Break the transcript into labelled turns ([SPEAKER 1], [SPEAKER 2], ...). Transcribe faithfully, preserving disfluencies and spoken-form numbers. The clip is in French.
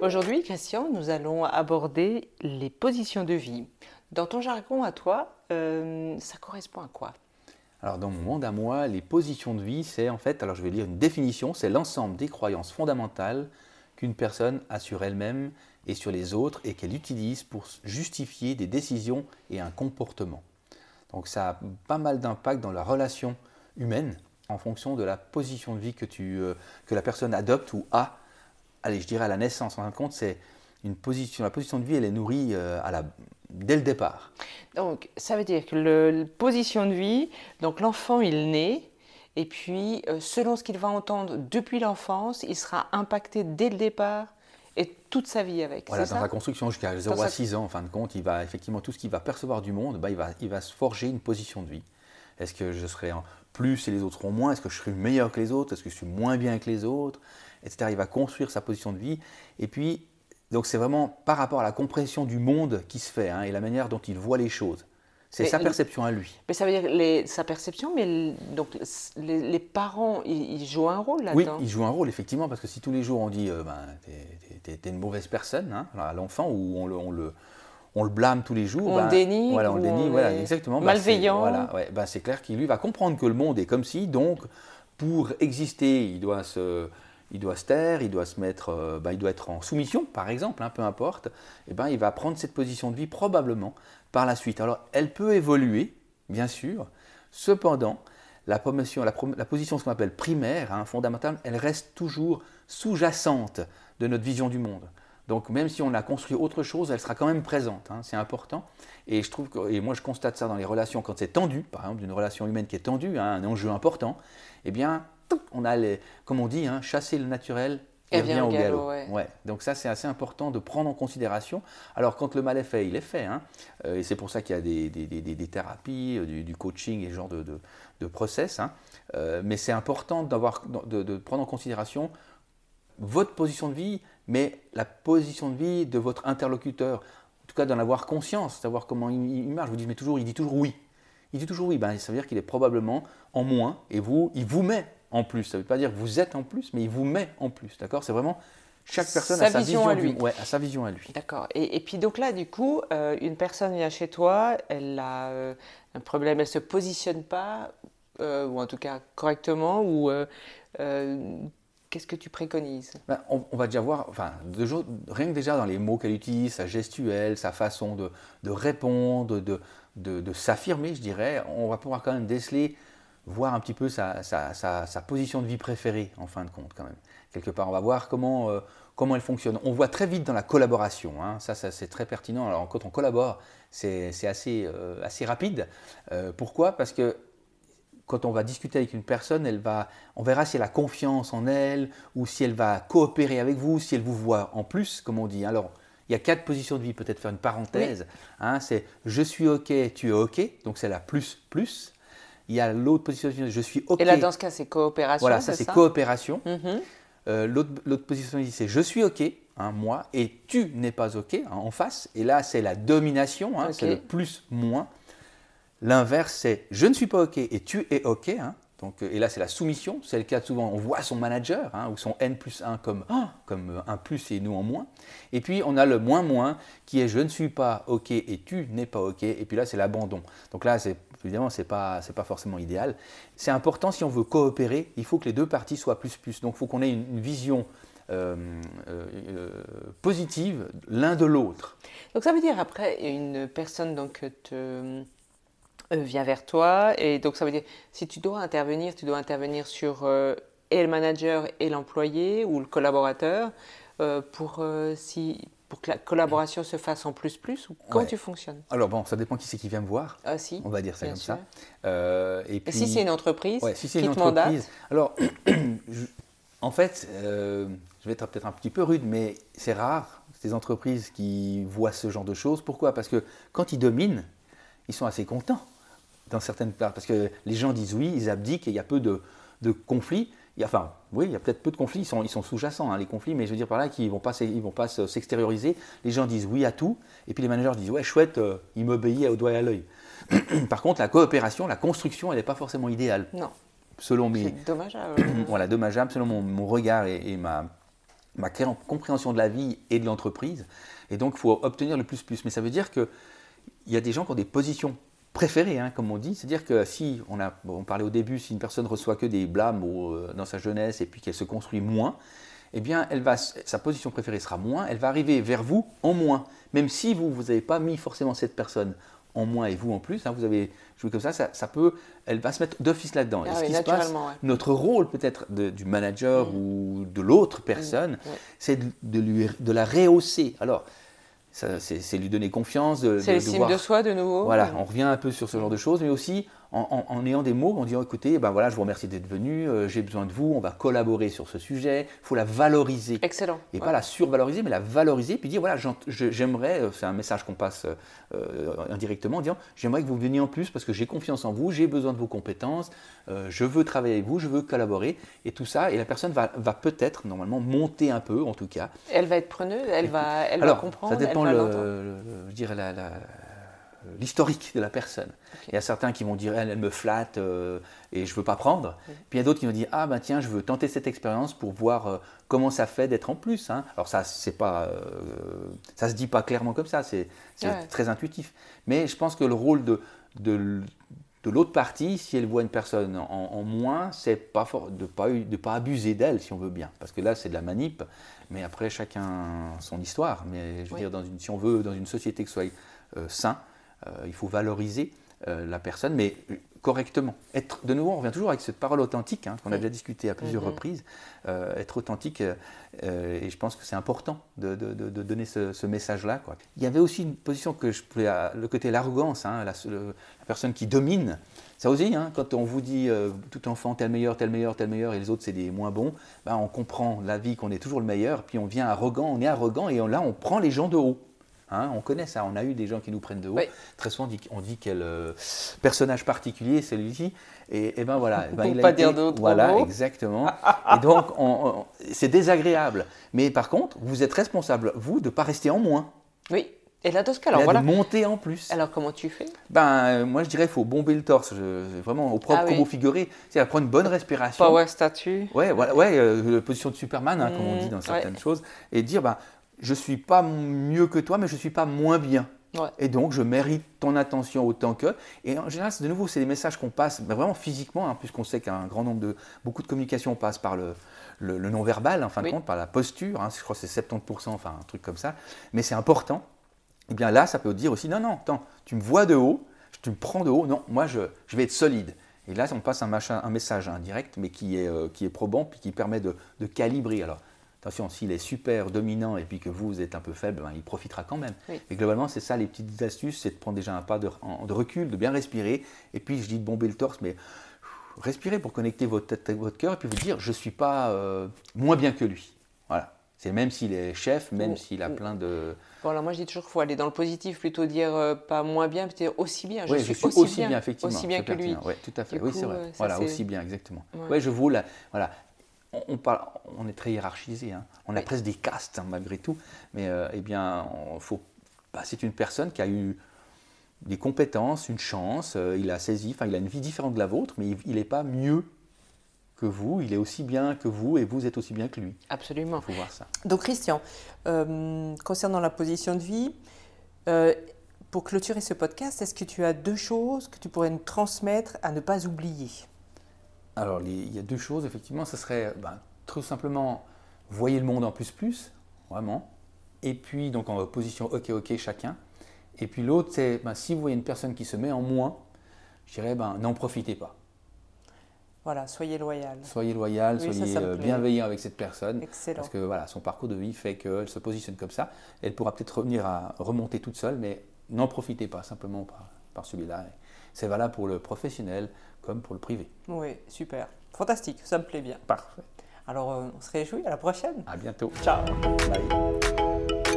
[SPEAKER 1] Aujourd'hui, Christian, nous allons aborder les positions de vie. Dans ton jargon à toi, euh, ça correspond à quoi?
[SPEAKER 2] Alors dans mon monde à moi, les positions de vie, c'est en fait, alors je vais lire une définition, c'est l'ensemble des croyances fondamentales qu'une personne a sur elle-même et sur les autres et qu'elle utilise pour justifier des décisions et un comportement. Donc ça a pas mal d'impact dans la relation humaine en fonction de la position de vie que, tu, euh, que la personne adopte ou a. Allez, je dirais à la naissance. En fin de compte, c'est une position, la position de vie, elle est nourrie euh, à la, dès le départ.
[SPEAKER 1] Donc, ça veut dire que le, la position de vie, donc l'enfant, il naît, et puis euh, selon ce qu'il va entendre depuis l'enfance, il sera impacté dès le départ et toute sa vie avec.
[SPEAKER 2] Voilà,
[SPEAKER 1] c'est
[SPEAKER 2] dans
[SPEAKER 1] ça?
[SPEAKER 2] sa construction jusqu'à zéro
[SPEAKER 1] Dans
[SPEAKER 2] à
[SPEAKER 1] sa-
[SPEAKER 2] six ans, en fin de compte, il va effectivement tout ce qu'il va percevoir du monde, bah, il, va, il va se forger une position de vie. Est-ce que je serai en plus et les autres seront moins? Est-ce que je serai meilleur que les autres? Est-ce que je suis moins bien que les autres? Etc. Il va construire sa position de vie. Et puis, donc c'est vraiment par rapport à la compréhension du monde qui se fait hein, et la manière dont il voit les choses. C'est
[SPEAKER 1] Mais,
[SPEAKER 2] sa perception à lui.
[SPEAKER 1] mais ça veut dire les- sa perception, mais le- donc les, les parents, ils, ils jouent un rôle
[SPEAKER 2] Oui,
[SPEAKER 1] là-dedans.
[SPEAKER 2] il joue un rôle effectivement parce que si tous les jours on dit euh, ben, t'es, t'es- t'es une mauvaise personne hein, à l'enfant ou on le, on le, on le blâme tous les jours,
[SPEAKER 1] On
[SPEAKER 2] ben,
[SPEAKER 1] le dénigre,
[SPEAKER 2] voilà, on le
[SPEAKER 1] ou
[SPEAKER 2] dénie,
[SPEAKER 1] on
[SPEAKER 2] voilà,
[SPEAKER 1] est
[SPEAKER 2] exactement. ben,
[SPEAKER 1] malveillant.
[SPEAKER 2] c'est, voilà, ouais, ben, c'est clair qu'il lui va comprendre que le monde est comme si, donc pour exister, il doit se, il doit se taire, il doit se mettre, euh, ben, il doit être en soumission, par exemple, hein, peu importe. Et ben, il va prendre cette position de vie probablement par la suite. Alors, elle peut évoluer, bien sûr. Cependant, la, promotion, la, la position, ce qu'on appelle primaire, hein, fondamentale, elle reste toujours sous-jacente de notre vision du monde. Donc même si on a construit autre chose, elle sera quand même présente, hein, c'est important. Et je trouve que, et moi je constate ça dans les relations quand c'est tendu, par exemple une relation humaine qui est tendue, hein, un enjeu important, eh bien on a, les, comme on dit, hein, chasser le naturel et
[SPEAKER 1] Elle
[SPEAKER 2] revient
[SPEAKER 1] vient
[SPEAKER 2] au
[SPEAKER 1] au galop,
[SPEAKER 2] galop.
[SPEAKER 1] ouais.
[SPEAKER 2] Ouais. Donc ça c'est assez important de prendre en considération. Alors quand le mal est fait, il est fait. Hein, euh, et c'est pour ça qu'il y a des, des, des, des thérapies, euh, du, du coaching et ce genre de, de, de process. Hein. Euh, mais c'est important d'avoir, de, de prendre en considération votre position de vie, mais la position de vie de votre interlocuteur. En tout cas, d'en avoir conscience, savoir comment il, il marche. Vous dites, mais toujours, il dit toujours oui. Il dit toujours oui. Ben, ça veut dire qu'il est probablement en moins et vous, il vous met en plus. Ça ne veut pas dire que vous êtes en plus, mais il vous met en plus. D'accord? C'est vraiment chaque personne
[SPEAKER 1] Sa
[SPEAKER 2] a sa
[SPEAKER 1] vision
[SPEAKER 2] vision,
[SPEAKER 1] à
[SPEAKER 2] du,
[SPEAKER 1] lui.
[SPEAKER 2] ouais, a sa vision à lui.
[SPEAKER 1] D'accord. Et, et puis donc là, du coup, euh, une personne vient chez toi, elle a euh, un problème, elle ne se positionne pas, euh, ou en tout cas correctement, ou euh, euh, qu'est-ce que tu préconises?
[SPEAKER 2] Ben, on, on va déjà voir, enfin, de, rien que déjà dans les mots qu'elle utilise, sa gestuelle, sa façon de, de répondre, de, de, de s'affirmer, je dirais, on va pouvoir quand même déceler, voir un petit peu sa, sa, sa, sa position de vie préférée, en fin de compte, quand même. Quelque part, on va voir comment, euh, comment elle fonctionne. On voit très vite dans la collaboration, hein, ça, ça c'est très pertinent. Alors, quand on collabore, c'est, c'est assez, euh, assez rapide. Euh, pourquoi? Parce que quand on va discuter avec une personne, elle va, on verra si elle a confiance en elle ou si elle va coopérer avec vous, si elle vous voit en plus, comme on dit. Alors, il y a quatre positions de vie, peut-être faire une parenthèse. Oui. Hein, c'est je suis OK, tu es OK, donc c'est la plus plus. Il y a l'autre position de vie, je suis OK.
[SPEAKER 1] Et là, dans ce cas, c'est coopération.
[SPEAKER 2] Voilà, ça
[SPEAKER 1] c'est,
[SPEAKER 2] c'est
[SPEAKER 1] ça
[SPEAKER 2] coopération.
[SPEAKER 1] Mm-hmm.
[SPEAKER 2] Euh, l'autre, l'autre position de vie, c'est je suis OK, hein, moi, et tu n'es pas OK, hein, en face. Et là, c'est la domination, hein, okay. C'est le plus moins. L'inverse, c'est je ne suis pas OK et tu es OK. Hein. Donc, et là, c'est la soumission. C'est le cas souvent, on voit son manager hein, ou son N plus un comme, oh, comme un plus et nous en moins. Et puis, on a le moins moins qui est je ne suis pas OK et tu n'es pas OK. Et puis là, c'est l'abandon. Donc là, c'est, évidemment, ce n'est pas, c'est pas forcément idéal. C'est important si on veut coopérer, il faut que les deux parties soient plus plus. Donc, il faut qu'on ait une, une vision euh, euh, euh, positive l'un de l'autre.
[SPEAKER 1] Donc, ça veut dire après, une personne donc, te... vient vers toi et donc ça veut dire si tu dois intervenir, tu dois intervenir sur euh, et le manager et l'employé ou le collaborateur euh, pour, euh, si, pour que la collaboration se fasse en plus plus ou comment ouais. tu fonctionnes?
[SPEAKER 2] Alors bon, ça dépend qui c'est qui vient me voir.
[SPEAKER 1] Ah si.
[SPEAKER 2] On va dire ça comme
[SPEAKER 1] sûr.
[SPEAKER 2] ça. Euh, et, puis,
[SPEAKER 1] et si c'est une entreprise
[SPEAKER 2] ouais, si c'est
[SPEAKER 1] qui
[SPEAKER 2] une
[SPEAKER 1] te
[SPEAKER 2] entreprise,
[SPEAKER 1] mandate?
[SPEAKER 2] Alors je, en fait, euh, je vais être peut-être un petit peu rude, mais c'est rare ces entreprises qui voient ce genre de choses. Pourquoi? Parce que quand ils dominent, ils sont assez contents. Dans certaines parts, parce que les gens disent oui, ils abdiquent et il y a peu de, de conflits. Il y a, enfin, oui, il y a peut-être peu de conflits, ils sont, ils sont sous-jacents, hein, les conflits, mais je veux dire par là qu'ils ne vont pas, ils vont pas s'extérioriser. Les gens disent oui à tout, et puis les managers disent ouais, chouette, euh, il m'obéit au doigt et à l'œil. Par contre, la coopération, la construction, elle n'est pas forcément idéale.
[SPEAKER 1] Non.
[SPEAKER 2] Selon mes...
[SPEAKER 1] C'est dommageable.
[SPEAKER 2] voilà, dommageable, selon mon, mon regard et, et ma, ma compréhension de la vie et de l'entreprise. Et donc, il faut obtenir le plus plus. Mais ça veut dire qu'il y a des gens qui ont des positions préférées, hein, comme on dit. C'est-à-dire que si, on, a, on parlait au début, si une personne reçoit que des blâmes au, dans sa jeunesse et puis qu'elle se construit moins, eh bien, elle va, sa position préférée sera moins, elle va arriver vers vous en moins. Même si vous, vous n'avez pas mis forcément cette personne en moins et vous en plus, hein, vous avez joué comme ça, ça, ça peut, elle va se mettre d'office là-dedans.
[SPEAKER 1] Ah
[SPEAKER 2] et ce
[SPEAKER 1] oui,
[SPEAKER 2] qui se passe,
[SPEAKER 1] ouais.
[SPEAKER 2] notre rôle peut-être de, du manager mmh. ou de l'autre personne, mmh. ouais. c'est de, de, lui, de la rehausser. Alors, ça, c'est, c'est lui donner confiance. De,
[SPEAKER 1] c'est
[SPEAKER 2] de,
[SPEAKER 1] l'estime
[SPEAKER 2] de, voir,
[SPEAKER 1] de soi de nouveau.
[SPEAKER 2] Voilà, on revient un peu sur ce genre de choses, mais aussi en, en, en ayant des mots, en disant écoutez, ben voilà, je vous remercie d'être venu, euh, j'ai besoin de vous, on va collaborer sur ce sujet. Il faut la valoriser.
[SPEAKER 1] Excellent.
[SPEAKER 2] Et
[SPEAKER 1] ouais.
[SPEAKER 2] pas la survaloriser, mais la valoriser, puis dire voilà, j'aimerais, c'est un message qu'on passe euh, indirectement, en disant j'aimerais que vous veniez en plus parce que j'ai confiance en vous, j'ai besoin de vos compétences, euh, je veux travailler avec vous, je veux collaborer, et tout ça, et la personne va, va peut-être, normalement, monter un peu, en tout cas.
[SPEAKER 1] Elle va être preneuse, elle, va, elle
[SPEAKER 2] Alors,
[SPEAKER 1] va comprendre.
[SPEAKER 2] Ça dépend,
[SPEAKER 1] elle va
[SPEAKER 2] le, le, je dirais, la, la, l'historique de la personne. Okay. Il y a certains qui vont dire elle, elle me flatte euh, et je ne veux pas prendre. Oui. Puis il y a d'autres qui vont dire ah ben tiens, je veux tenter cette expérience pour voir euh, comment ça fait d'être en plus. Hein. Alors ça, c'est pas, euh, ça se dit pas clairement comme ça, c'est, c'est ouais. très intuitif. Mais je pense que le rôle de, de, de l'autre partie, si elle voit une personne en, en moins, c'est pas fort, de ne pas, de pas abuser d'elle, si on veut bien. Parce que là, c'est de la manip. Mais après, chacun son histoire. Mais je veux oui. dire, dans une, si on veut, dans une société qui soit euh, sain, Euh, il faut valoriser euh, la personne, mais correctement. Être, de nouveau, on revient toujours avec cette parole authentique, hein, qu'on a déjà discuté à plusieurs mm-hmm. reprises. Euh, être authentique, euh, et je pense que c'est important de, de, de, de donner ce, ce message-là, quoi. Il y avait aussi une position que je pouvais, le côté l'arrogance, hein, la, le, la personne qui domine. Ça aussi, hein, quand on vous dit euh, tout enfant, tel meilleur, tel meilleur, tel meilleur, et les autres c'est des moins bons, ben, on comprend la vie qu'on est toujours le meilleur, puis on vient arrogant, on est arrogant, et on, là on prend les gens de haut. Hein, on connaît ça, on a eu des gens qui nous prennent de haut. Oui. Très souvent, on dit, on dit quel euh, personnage particulier c'est celui-ci. Et, et ben voilà. Et ben,
[SPEAKER 1] Pour
[SPEAKER 2] il
[SPEAKER 1] pas
[SPEAKER 2] a
[SPEAKER 1] dire
[SPEAKER 2] été,
[SPEAKER 1] d'autres
[SPEAKER 2] voilà,
[SPEAKER 1] mots.
[SPEAKER 2] Exactement. Et donc, on, on, c'est désagréable. Mais par contre, vous êtes responsable, vous, de ne pas rester en moins.
[SPEAKER 1] Oui. Et là, dans ce cas, alors
[SPEAKER 2] là,
[SPEAKER 1] voilà.
[SPEAKER 2] De monter en plus.
[SPEAKER 1] Alors, comment tu fais?
[SPEAKER 2] Ben, moi, je dirais qu'il faut bomber le torse, je, vraiment au propre ah, comme oui. au figuré. C'est-à-dire prendre une bonne respiration.
[SPEAKER 1] Power statue.
[SPEAKER 2] Ouais, voilà, ouais, euh, position de Superman, hein, mmh, comme on dit dans certaines ouais. choses. Et dire, ben, je ne suis pas mieux que toi, mais je ne suis pas moins bien. Ouais. Et donc, je mérite ton attention autant que. Et en général, c'est de nouveau, c'est des messages qu'on passe ben, vraiment physiquement, hein, puisqu'on sait qu'un grand nombre de. Beaucoup de communication passe par le, le, le non-verbal, en fin oui. de compte, par la posture. Hein, je crois que c'est soixante-dix pour cent, enfin, un truc comme ça. Mais c'est important. Et bien là, ça peut dire aussi non, non, attends, tu me vois de haut, tu me prends de haut. Non, moi, je, je vais être solide. Et là, on passe un, machin, un message indirect, mais qui est, euh, qui est probant, puis qui permet de, de calibrer. Alors, attention, s'il est super dominant et puis que vous, vous êtes un peu faible, ben, il profitera quand même. Oui. Et globalement, c'est ça les petites astuces, c'est de prendre déjà un pas de, de recul, de bien respirer. Et puis, je dis de bomber le torse, mais respirez pour connecter votre tête avec votre cœur et puis vous dire, je ne suis pas euh, moins bien que lui. Voilà. C'est même s'il est chef, même mmh. s'il a plein de…
[SPEAKER 1] Bon, alors moi, je dis toujours qu'il faut aller dans le positif, plutôt dire euh, pas moins bien, peut-être aussi bien. Je,
[SPEAKER 2] oui,
[SPEAKER 1] suis,
[SPEAKER 2] je suis
[SPEAKER 1] aussi, aussi bien,
[SPEAKER 2] bien, effectivement.
[SPEAKER 1] Aussi bien que lui.
[SPEAKER 2] Oui, tout à fait.
[SPEAKER 1] Du
[SPEAKER 2] oui,
[SPEAKER 1] coup,
[SPEAKER 2] c'est vrai.
[SPEAKER 1] Euh, ça,
[SPEAKER 2] voilà,
[SPEAKER 1] c'est...
[SPEAKER 2] aussi bien, exactement. Oui,
[SPEAKER 1] ouais.
[SPEAKER 2] ouais, je vous la… Voilà. On, on, parle, on est très hiérarchisé. Hein. On a oui. presque des castes, hein, malgré tout. Mais euh, eh bien, on, faut, bah, c'est une personne qui a eu des compétences, une chance, euh, il a saisi, enfin, il a une vie différente de la vôtre, mais il n'est pas mieux que vous, il est aussi bien que vous et vous êtes aussi bien que lui.
[SPEAKER 1] Absolument.
[SPEAKER 2] Il faut voir ça.
[SPEAKER 3] Donc Christian, euh, concernant la position de vie, euh, pour clôturer ce podcast, est-ce que tu as deux choses que tu pourrais nous transmettre à ne pas oublier?
[SPEAKER 2] Alors, les, il y a deux choses, effectivement. Ce serait ben, tout simplement, voyez le monde en plus plus, vraiment. Et puis, donc en position ok, ok chacun. Et puis l'autre, c'est ben, si vous voyez une personne qui se met en moins, je dirais, ben, n'en profitez pas.
[SPEAKER 3] Voilà, soyez loyal.
[SPEAKER 2] Soyez loyal,
[SPEAKER 3] oui,
[SPEAKER 2] soyez
[SPEAKER 3] ça, ça
[SPEAKER 2] bienveillant avec cette personne.
[SPEAKER 3] Excellent.
[SPEAKER 2] Parce que voilà, son parcours de vie fait qu'elle se positionne comme ça. Elle pourra peut-être revenir à remonter toute seule, mais n'en profitez pas simplement par, par celui-là. C'est valable pour le professionnel comme pour le privé.
[SPEAKER 3] Oui, super. Fantastique, ça me plaît bien.
[SPEAKER 2] Parfait.
[SPEAKER 3] Alors, euh, on se réjouit, à la prochaine.
[SPEAKER 2] À bientôt.
[SPEAKER 3] Ciao.
[SPEAKER 2] Bye.